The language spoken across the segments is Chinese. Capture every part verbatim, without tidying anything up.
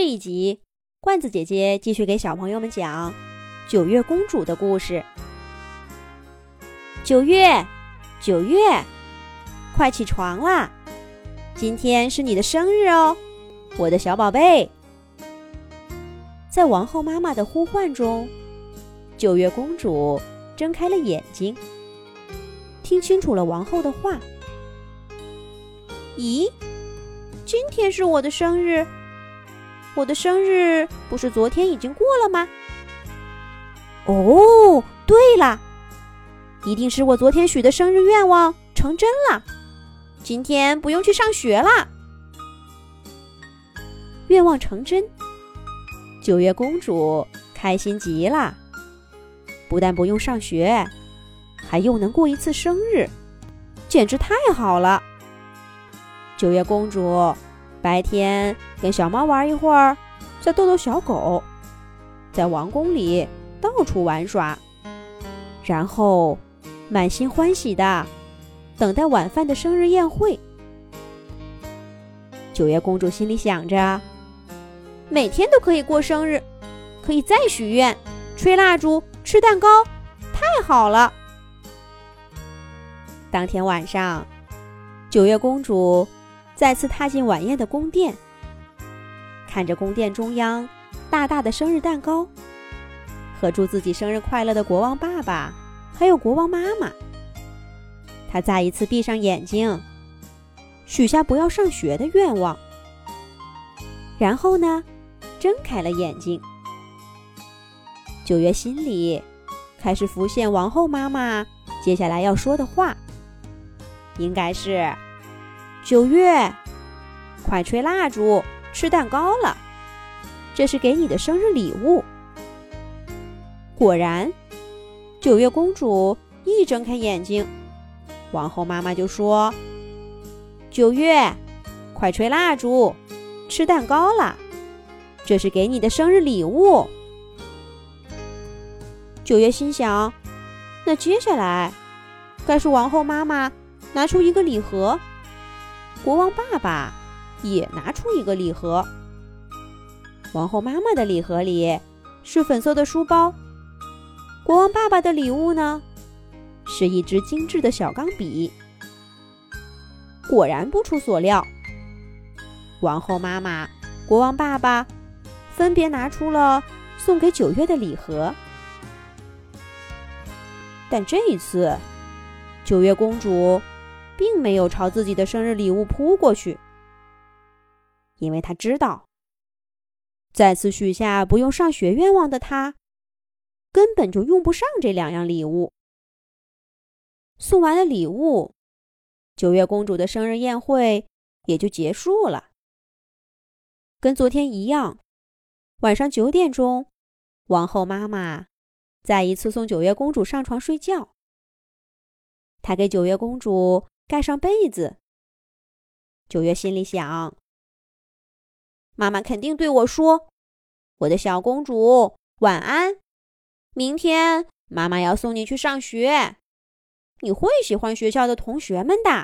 这一集，罐子姐姐继续给小朋友们讲九月公主的故事。九月，九月，快起床啦！今天是你的生日哦，我的小宝贝。在王后妈妈的呼唤中，九月公主睁开了眼睛，听清楚了王后的话。咦，今天是我的生日？我的生日不是昨天已经过了吗？哦，对了，一定是我昨天许的生日愿望成真了，今天不用去上学了。愿望成真，九月公主开心极了，不但不用上学，还又能过一次生日，简直太好了。九月公主白天跟小猫玩一会儿，再逗逗小狗，在王宫里到处玩耍，然后满心欢喜的等待晚饭的生日宴会。九月公主心里想着，每天都可以过生日，可以再许愿，吹蜡烛，吃蛋糕，太好了。当天晚上，九月公主再次踏进晚宴的宫殿，看着宫殿中央大大的生日蛋糕和祝自己生日快乐的国王爸爸还有国王妈妈，她再一次闭上眼睛，许下不要上学的愿望，然后呢，睁开了眼睛。九月心里开始浮现王后妈妈接下来要说的话，应该是：九月，快吹蜡烛，吃蛋糕了，这是给你的生日礼物。果然，九月公主一睁开眼睛，王后妈妈就说：九月，快吹蜡烛，吃蛋糕了，这是给你的生日礼物。九月心想，那接下来该是王后妈妈拿出一个礼盒，国王爸爸也拿出一个礼盒。王后妈妈的礼盒里是粉色的书包，国王爸爸的礼物呢，是一支精致的小钢笔。果然不出所料，王后妈妈、国王爸爸分别拿出了送给九月的礼盒。但这一次，九月公主并没有朝自己的生日礼物扑过去，因为她知道，再次许下不用上学愿望的她，根本就用不上这两样礼物。送完了礼物，九月公主的生日宴会也就结束了。跟昨天一样，晚上九点钟，王后妈妈再一次送九月公主上床睡觉。她给九月公主盖上被子。九月心里想，妈妈肯定对我说，我的小公主，晚安，明天妈妈要送你去上学，你会喜欢学校的同学们的。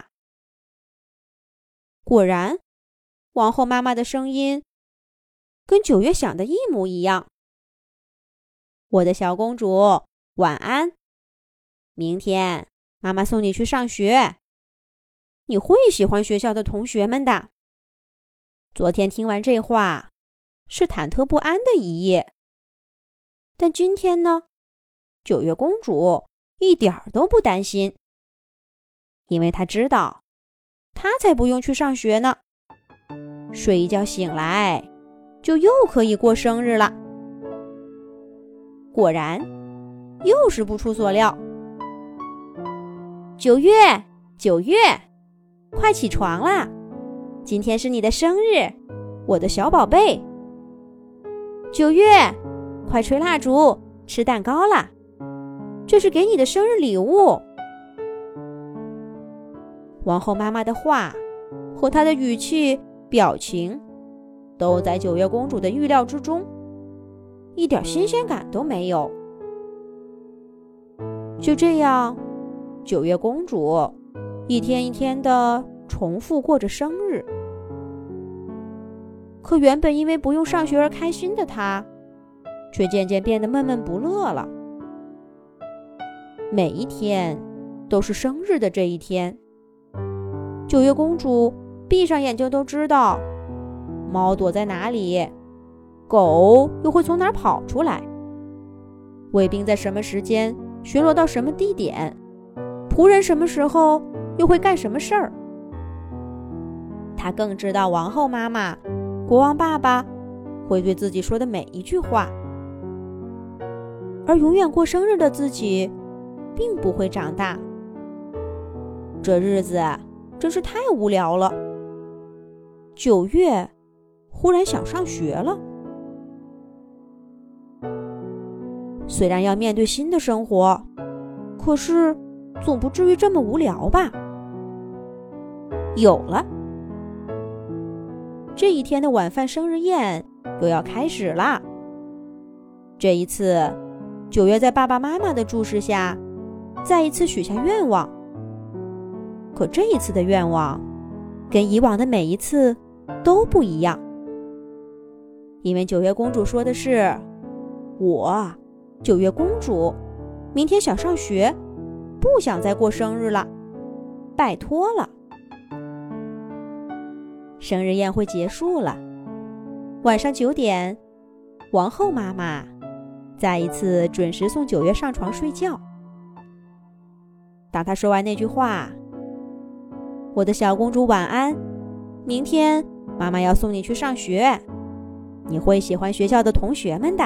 果然，王后妈妈的声音跟九月想的一模一样。我的小公主，晚安，明天妈妈送你去上学，你会喜欢学校的同学们的。昨天听完这话，是忐忑不安的一夜。但今天呢，九月公主一点儿都不担心，因为她知道，她才不用去上学呢。睡一觉醒来，就又可以过生日了。果然，又是不出所料。九月，九月，快起床啦！今天是你的生日，我的小宝贝。九月，快吹蜡烛，吃蛋糕啦！这是给你的生日礼物。王后妈妈的话和她的语气、表情，都在九月公主的预料之中，一点新鲜感都没有。就这样，九月公主一天一天的重复过着生日。 可原本因为不用上学而开心的她，却渐渐变得闷闷不乐了。每一天都是生日的这一天，九月公主闭上眼睛都知道猫躲在哪里，狗又会从哪儿跑出来，卫兵在什么时间巡逻到什么地点，仆人什么时候又会干什么事儿。她更知道王后妈妈、国王爸爸会对自己说的每一句话，而永远过生日的自己并不会长大。这日子真是太无聊了。九月忽然想上学了。虽然要面对新的生活，可是总不至于这么无聊吧？有了，这一天的晚饭生日宴又要开始啦。这一次，九月在爸爸妈妈的注视下，再一次许下愿望。可这一次的愿望，跟以往的每一次都不一样。因为九月公主说的是，我，九月公主，明天想上学，不想再过生日了，拜托了。生日宴会结束了，晚上九点，王后妈妈再一次准时送九月上床睡觉。当她说完那句话，我的小公主晚安，明天妈妈要送你去上学，你会喜欢学校的同学们的。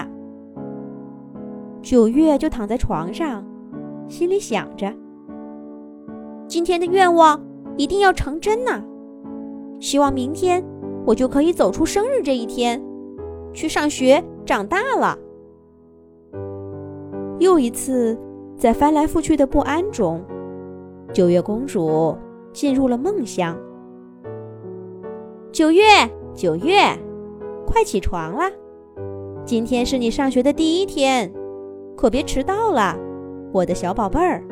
九月就躺在床上，心里想着，今天的愿望一定要成真呐、啊！希望明天我就可以走出生日这一天，去上学长大了。又一次在翻来覆去的不安中，九月公主进入了梦乡。九月，九月，快起床啦！今天是你上学的第一天，可别迟到了，我的小宝贝儿。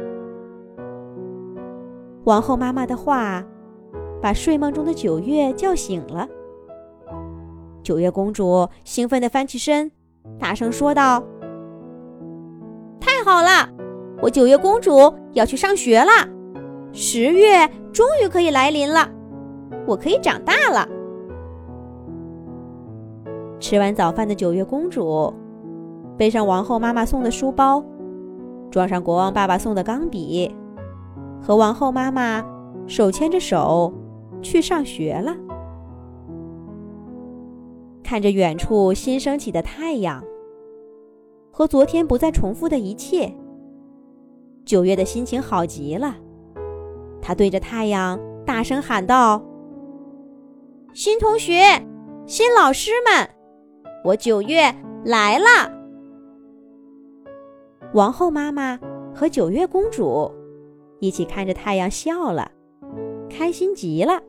王后妈妈的话把睡梦中的九月叫醒了。九月公主兴奋地翻起身，大声说道：太好了，我九月公主要去上学了，十月终于可以来临了，我可以长大了。吃完早饭的九月公主背上王后妈妈送的书包，装上国王爸爸送的钢笔，和王后妈妈手牵着手去上学了。看着远处新升起的太阳和昨天不再重复的一切，九月的心情好极了。她对着太阳大声喊道：新同学，新老师们，我九月来了。王后妈妈和九月公主一起看着太阳笑了，开心极了。